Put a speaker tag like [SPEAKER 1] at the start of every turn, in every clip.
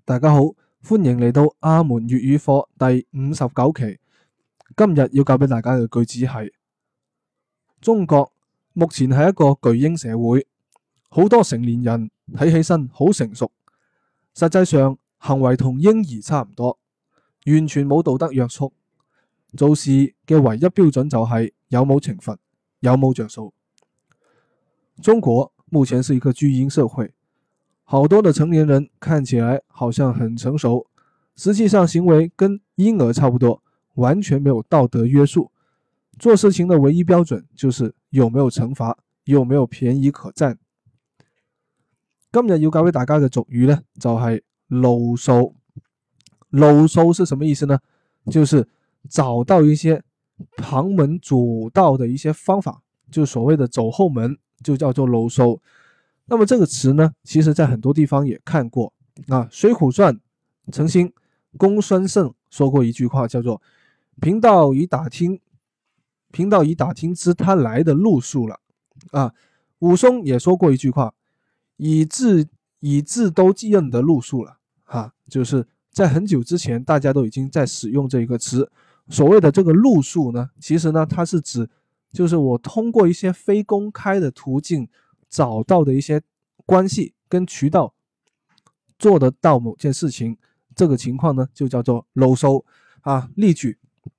[SPEAKER 1] 大家好，歡迎嚟到阿門粵語課第59期。今日要教俾大家嘅句子係：中國目前係一個巨嬰社會，好多成年人睇起身好成熟，實際上行為同嬰兒差唔多，完全冇道德約束，做事嘅唯一標準就係有冇懲罰，有冇着數。中國目前是一個巨嬰社會，好多的成年人看起來好像很成熟，實際上行為跟嬰兒差不多，完全沒有道德約束，做事情的唯一標準就是有沒有懲罰，有沒有便宜可佔。今日要教俾大家嘅俗語呢，就係路數。路數是什麼意思呢？就是找到一些旁門左道的一些方法，就所謂的走後門，就叫做路數。那麼這個詞呢，其實在很多地方也看過啊。水滸傳曾經公孫勝說過一句話，叫做貧道已打聽知他來的路數了啊。武松也說過一句話，已知都認得路數了啊，就是在很久之前大家都已經在使用這個詞。所謂的這個路數呢，其實呢，它是指就是我通過一些非公開的途徑找到的一些關係跟渠道做得到某件事情，這個情況呢就叫做路數啊。例句：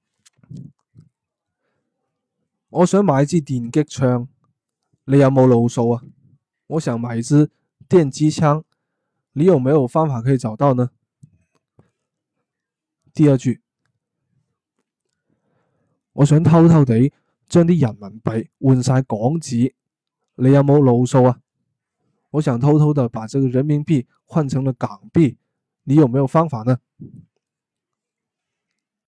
[SPEAKER 1] 我想買支電擊槍，你有冇路數啊？我想買一支電擊槍，你有沒有方法可以找到呢？第二句：我想偷偷地將啲人民幣換晒港紙，你有冇路數啊？我想偷偷的把這個人民幣換成了港幣，你有沒有方法呢？